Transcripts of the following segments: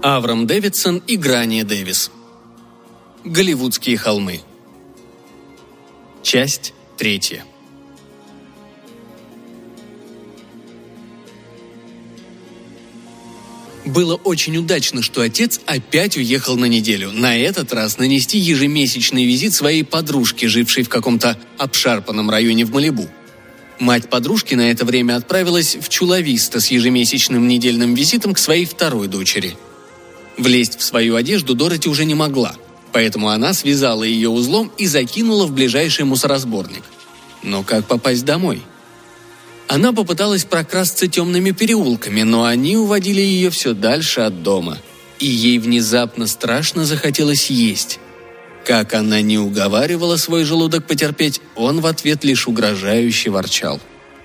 Аврам Дэвидсон и Грания Дэвис. Голливудские холмы. Часть 3. Было очень удачно, что отец опять уехал на неделю, на этот раз нанести ежемесячный визит своей подружке, жившей в каком-то обшарпанном районе в Малибу. Мать подружки на это время отправилась в Чула-Виста с ежемесячным недельным визитом к своей второй дочери. Влезть в свою одежду Дороти уже не могла, поэтому она связала ее узлом и закинула в ближайший мусоросборник. Но как попасть домой? Она попыталась прокрасться темными переулками, но они уводили ее все дальше от дома. И ей внезапно страшно захотелось есть. Как она не уговаривала свой желудок потерпеть, он в ответ лишь угрожающе ворчал.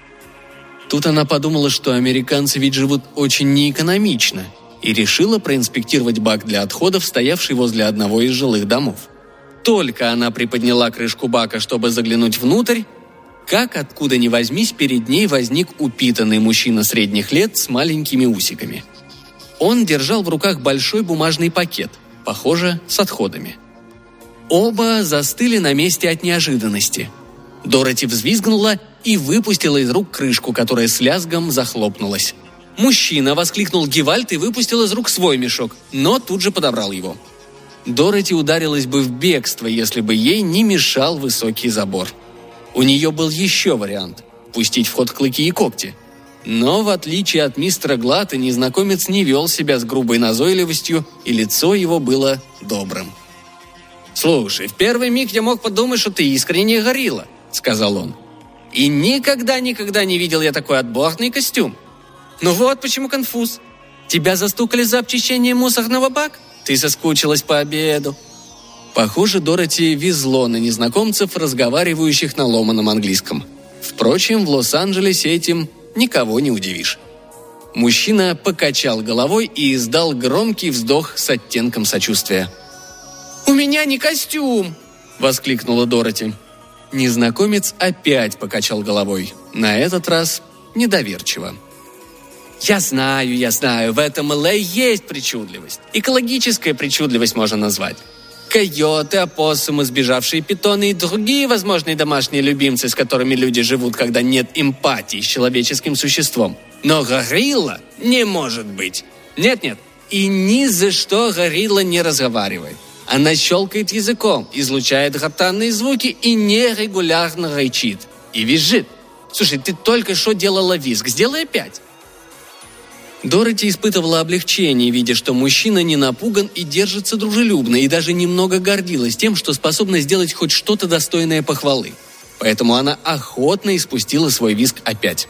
Тут она подумала, что американцы ведь живут очень неэкономично, и решила проинспектировать бак для отходов, стоявший возле одного из жилых домов. Только она приподняла крышку бака, чтобы заглянуть внутрь, как откуда ни возьмись, перед ней возник упитанный мужчина средних лет с маленькими усиками. Он держал в руках большой бумажный пакет, похоже, с отходами. Оба застыли на месте от неожиданности. Дороти взвизгнула и выпустила из рук крышку, которая с лязгом захлопнулась. Мужчина воскликнул «Гевальт» и выпустил из рук свой мешок, но тут же подобрал его. Дороти ударилась бы в бегство, если бы ей не мешал высокий забор. У нее был еще вариант – пустить в ход клыки и когти. Но, в отличие от мистера Глатта, незнакомец не вел себя с грубой назойливостью, и лицо его было добрым. «Слушай, в первый миг я мог подумать, что ты искренне горилла», – сказал он. «И никогда не видел я такой отборный костюм. Ну вот почему конфуз. Тебя застукали за обчищение мусорного бака? Ты соскучилась по обеду». Похоже, Дороти везло на незнакомцев, разговаривающих на ломаном английском. Впрочем, в Лос-Анджелесе этим никого не удивишь. Мужчина покачал головой и издал громкий вздох с оттенком сочувствия. «У меня не костюм!» – воскликнула Дороти. Незнакомец опять покачал головой, на этот раз недоверчиво. Я знаю, в этом Л.А. есть причудливость. Экологическая причудливость можно назвать. Койоты, опоссумы, сбежавшие питоны и другие возможные домашние любимцы, с которыми люди живут, когда нет эмпатии с человеческим существом. Но горилла не может быть. Нет, и ни за что горилла не разговаривает. Она щелкает языком, излучает гортанные звуки и нерегулярно рычит. И визжит. Слушай, ты только что делала визг, сделай опять. Дороти испытывала облегчение, видя, что мужчина не напуган и держится дружелюбно, и даже немного гордилась тем, что способна сделать хоть что-то достойное похвалы. Поэтому она охотно испустила свой визг опять.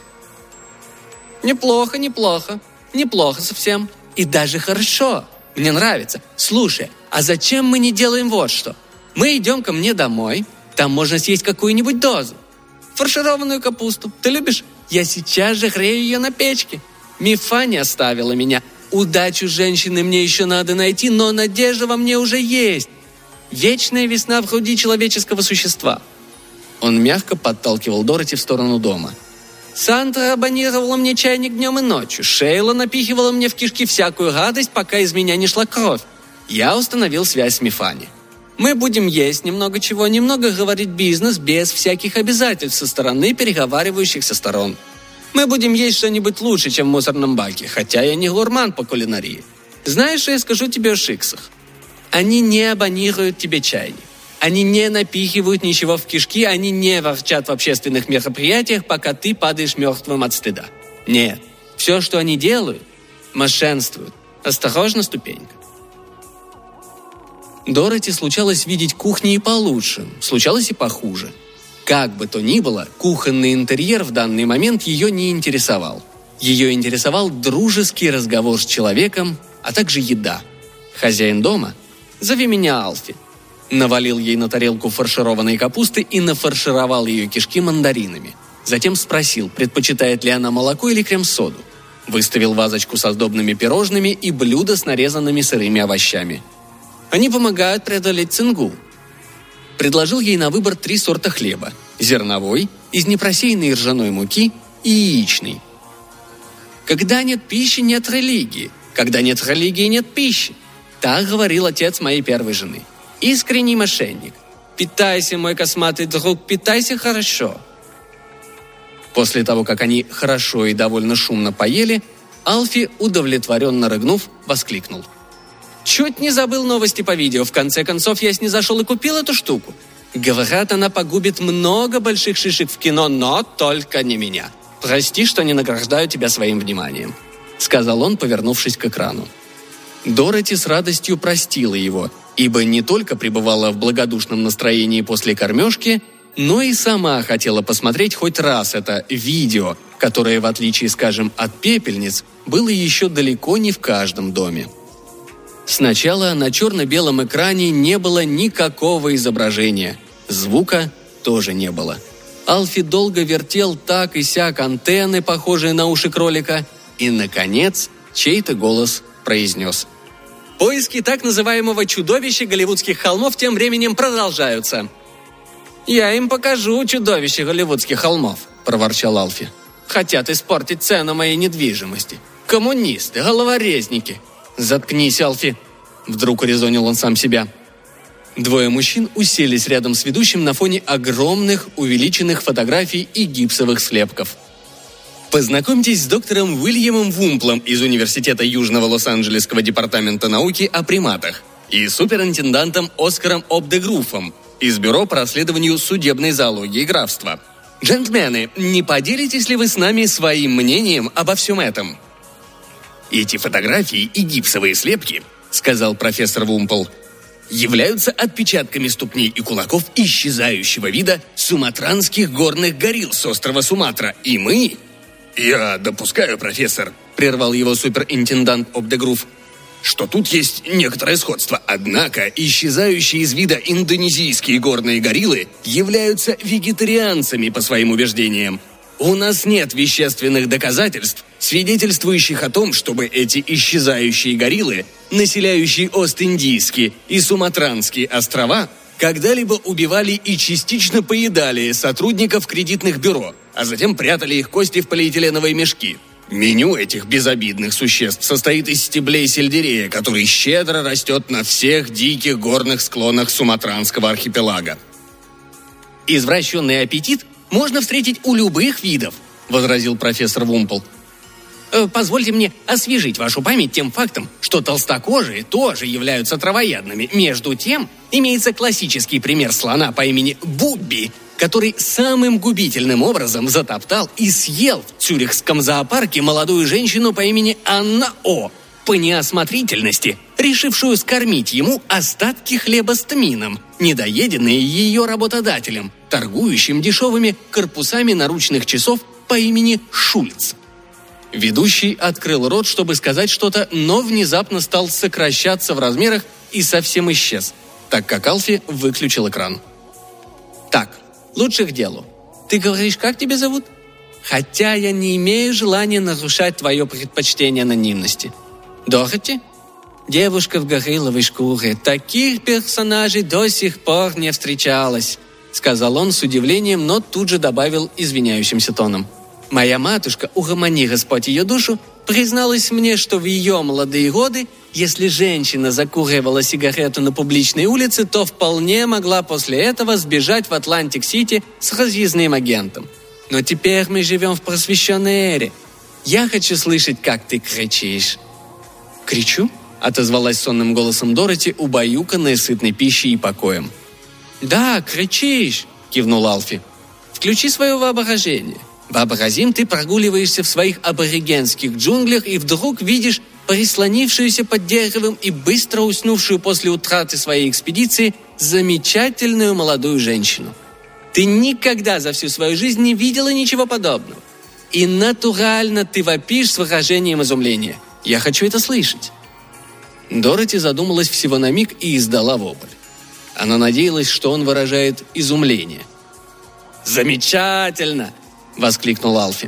Неплохо совсем. И даже хорошо. Мне нравится. Слушай, а зачем мы не делаем вот что? Мы идем ко мне домой, там можно съесть какую-нибудь дозу. Фаршированную капусту. Ты любишь? Я сейчас же грею ее на печке. Мифа не оставила меня. Удачу женщины мне еще надо найти, но надежда во мне уже есть. Вечная весна в груди человеческого существа. Он мягко подталкивал Дороти в сторону дома. Сандра абонировала мне чайник днем и ночью. Шейла напихивала мне в кишки всякую гадость, пока из меня не шла кровь. Я установил связь с Мифани. Мы будем есть немного чего, немного говорить бизнес без всяких обязательств со стороны переговаривающихся сторон. Мы будем есть что-нибудь лучше, чем в мусорном баке, хотя я не гурман по кулинарии. Знаешь, что я скажу тебе о шиксах? Они не абонируют тебе чайник. Они не напихивают ничего в кишки, они не ворчат в общественных мероприятиях, пока ты падаешь мертвым от стыда. Нет, все, что они делают, мошенствуют. Осторожно, ступенька. Дороти случалось видеть кухни и получше, случалось и похуже. Как бы то ни было, кухонный интерьер в данный момент ее не интересовал. Ее интересовал дружеский разговор с человеком, а также еда. Хозяин дома, зови меня Алфи, навалил ей на тарелку фаршированной капусты и нафаршировал ее кишки мандаринами. Затем спросил, предпочитает ли она молоко или крем-соду. Выставил вазочку со сдобными пирожными и блюдо с нарезанными сырыми овощами. Они помогают преодолеть цингу. Предложил ей на выбор 3 сорта хлеба – зерновой, из непросеянной ржаной муки и яичный. «Когда нет пищи, нет религии», Когда нет религии, нет пищи. Так говорил отец моей первой жены. Искренний мошенник. Питайся, мой косматый друг, питайся хорошо. После того, как они хорошо и довольно шумно поели, Алфи, удовлетворенно рыгнув, воскликнул. «Чуть не забыл новости по видео. В конце концов, я снизошел и купил эту штуку. Говорят, она погубит много больших шишек в кино, но только не меня. Прости, что не награждаю тебя своим вниманием», — сказал он, повернувшись к экрану. Дороти с радостью простила его, ибо не только пребывала в благодушном настроении после кормежки, но и сама хотела посмотреть хоть раз это видео, которое, в отличие, скажем, от пепельниц, было еще далеко не в каждом доме. Сначала на черно-белом экране не было никакого изображения, звука тоже не было. Алфи долго вертел так и сяк антенны, похожие на уши кролика, и, наконец, чей-то голос произнес: «Поиски так называемого чудовища голливудских холмов тем временем продолжаются». «Я им покажу чудовище голливудских холмов», – проворчал Алфи. «Хотят испортить цену моей недвижимости. Коммунисты, головорезники». «Заткнись, Алфи!» – вдруг урезонил он сам себя. Двое мужчин уселись рядом с ведущим на фоне огромных увеличенных фотографий и гипсовых слепков. Познакомьтесь с доктором Уильямом Вумплом из Университета Южного Лос-Анджелесского департамента науки о приматах и суперинтендантом Оскаром Обдегруфом из Бюро по расследованию судебной зоологии графства. Джентльмены, не поделитесь ли вы с нами своим мнением обо всем этом? «Эти фотографии и гипсовые слепки, — сказал профессор Вумпл, — являются отпечатками ступней и кулаков исчезающего вида суматранских горных горилл с острова Суматра, и мы...» «Я допускаю, профессор, — прервал его суперинтендант Обдегруф, — что тут есть некоторое сходство, однако исчезающие из вида индонезийские горные гориллы являются вегетарианцами по своим убеждениям. У нас нет вещественных доказательств, свидетельствующих о том, чтобы эти исчезающие гориллы, населяющие Ост-Индийские и Суматранские острова, когда-либо убивали и частично поедали сотрудников кредитных бюро, а затем прятали их кости в полиэтиленовые мешки. Меню этих безобидных существ состоит из стеблей сельдерея, который щедро растет на всех диких горных склонах Суматранского архипелага. «Извращенный аппетит можно встретить у любых видов», — возразил профессор Вумпл. «Позвольте мне освежить вашу память тем фактом, что толстокожие тоже являются травоядными. Между тем, имеется классический пример слона по имени Бубби, который самым губительным образом затоптал и съел в цюрихском зоопарке молодую женщину по имени Анна О, по неосмотрительности, решившую скормить ему остатки хлеба с тмином, недоеденные ее работодателем, торгующим дешевыми корпусами наручных часов по имени Шульц. Ведущий открыл рот, чтобы сказать что-то, но внезапно стал сокращаться в размерах и совсем исчез, так как Алфи выключил экран. «Так, лучше к делу. Ты говоришь, как тебя зовут? Хотя я не имею желания нарушать твое предпочтение анонимности. Дороти? Девушка в горилловой шкуре. Таких персонажей до сих пор не встречалось», — сказал он с удивлением, но тут же добавил извиняющимся тоном. «Моя матушка, угомони Господь ее душу, призналась мне, что в ее молодые годы, если женщина закуривала сигарету на публичной улице, то вполне могла после этого сбежать в Атлантик-Сити с разъездным агентом. Но теперь мы живем в просвещенной эре. Я хочу слышать, как ты кричишь». «Кричу?» — отозвалась сонным голосом Дороти, убаюканная сытной пищей и покоем. «Да, кричишь!» — кивнул Алфи. «Включи свое воображение. Вообразим, ты прогуливаешься в своих аборигенских джунглях и вдруг видишь прислонившуюся под деревом и быстро уснувшую после утраты своей экспедиции замечательную молодую женщину. Ты никогда за всю свою жизнь не видела ничего подобного. И натурально ты вопишь с выражением изумления. Я хочу это слышать». Дороти задумалась всего на миг и издала вопль. Она надеялась, что он выражает изумление. «Замечательно!» — воскликнул Алфи.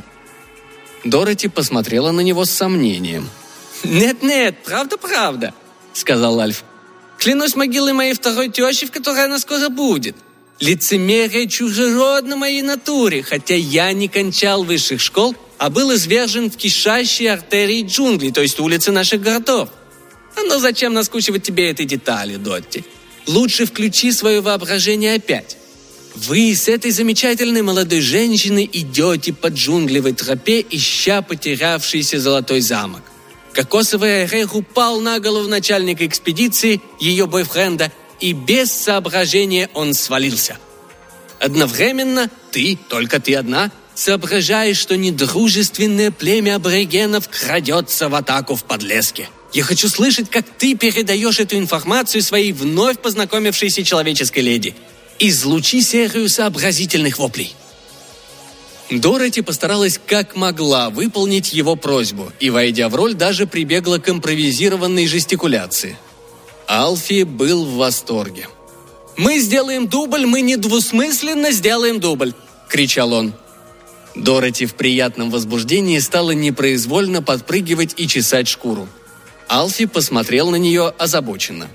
Дороти посмотрела на него с сомнением. «Нет-нет, правда-правда», — сказал Альф. «Клянусь могилой моей второй тещи, в которой она скоро будет. Лицемерие чужеродно моей натуре, хотя я не кончал высших школ, а был извержен в кишащие артерии джунглей, то есть улицы наших городов. Но зачем наскучивать тебе этой детали, Дотти? Лучше включи свое воображение опять. Вы с этой замечательной молодой женщиной идете по джунглевой тропе, ища потерявшийся золотой замок. Кокосовый орех упал на голову начальника экспедиции, ее бойфренда, и без соображения он свалился. Одновременно ты, только ты одна, соображаешь, что недружественное племя аборигенов крадется в атаку в подлеске. Я хочу слышать, как ты передаешь эту информацию своей вновь познакомившейся человеческой леди. Излучи серию сообразительных воплей. Дороти постаралась как могла выполнить его просьбу и, войдя в роль, даже прибегла к импровизированной жестикуляции. Алфи был в восторге. «Мы сделаем дубль, мы недвусмысленно сделаем дубль!» – кричал он. Дороти в приятном возбуждении стала непроизвольно подпрыгивать и чесать шкуру. Алфи посмотрел на нее озабоченно.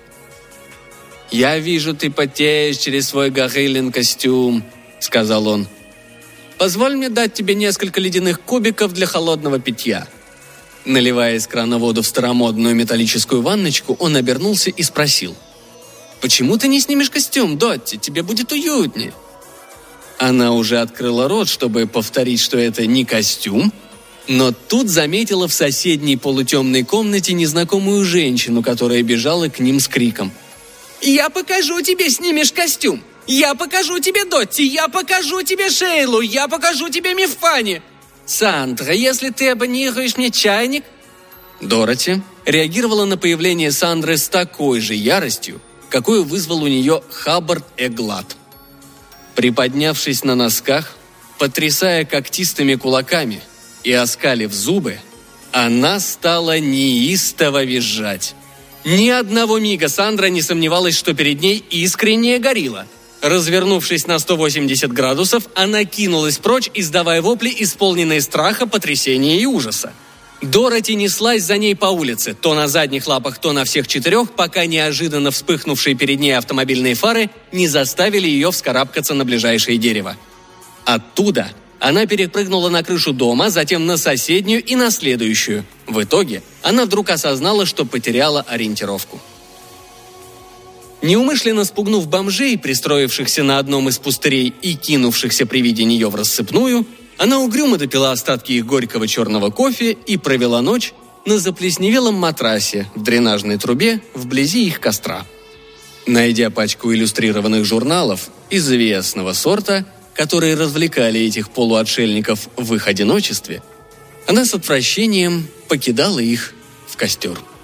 «Я вижу, ты потеешь через свой гориллин костюм», — сказал он. «Позволь мне дать тебе несколько ледяных кубиков для холодного питья». Наливая из крана воду в старомодную металлическую ванночку, он обернулся и спросил. «Почему ты не снимешь костюм, Дотти? Тебе будет уютнее». Она уже открыла рот, чтобы повторить, что это не костюм, но тут заметила в соседней полутемной комнате незнакомую женщину, которая бежала к ним с криком. «Я покажу тебе, снимешь костюм! Я покажу тебе Дотти! Я покажу тебе Шейлу! Я покажу тебе Мифани! Сандра, если ты абонируешь мне чайник...» Дороти реагировала на появление Сандры с такой же яростью, какую вызвал у нее Хаббард Эглад. Приподнявшись на носках, потрясая когтистыми кулаками и оскалив зубы, она стала неистово визжать. Ни одного мига Сандра не сомневалась, что перед ней искренняя горилла. Развернувшись на 180 градусов, она кинулась прочь, издавая вопли, исполненные страха, потрясения и ужаса. Дороти неслась за ней по улице, то на задних лапах, то на всех четырех, пока неожиданно вспыхнувшие перед ней автомобильные фары не заставили ее вскарабкаться на ближайшее дерево. Оттуда она перепрыгнула на крышу дома, затем на соседнюю и на следующую. В итоге она вдруг осознала, что потеряла ориентировку. Неумышленно спугнув бомжей, пристроившихся на одном из пустырей и кинувшихся при виде нее в рассыпную, она угрюмо допила остатки их горького черного кофе и провела ночь на заплесневелом матрасе в дренажной трубе вблизи их костра. Найдя пачку иллюстрированных журналов известного сорта, которые развлекали этих полуотшельников в их одиночестве, она с отвращением покидала их в костер.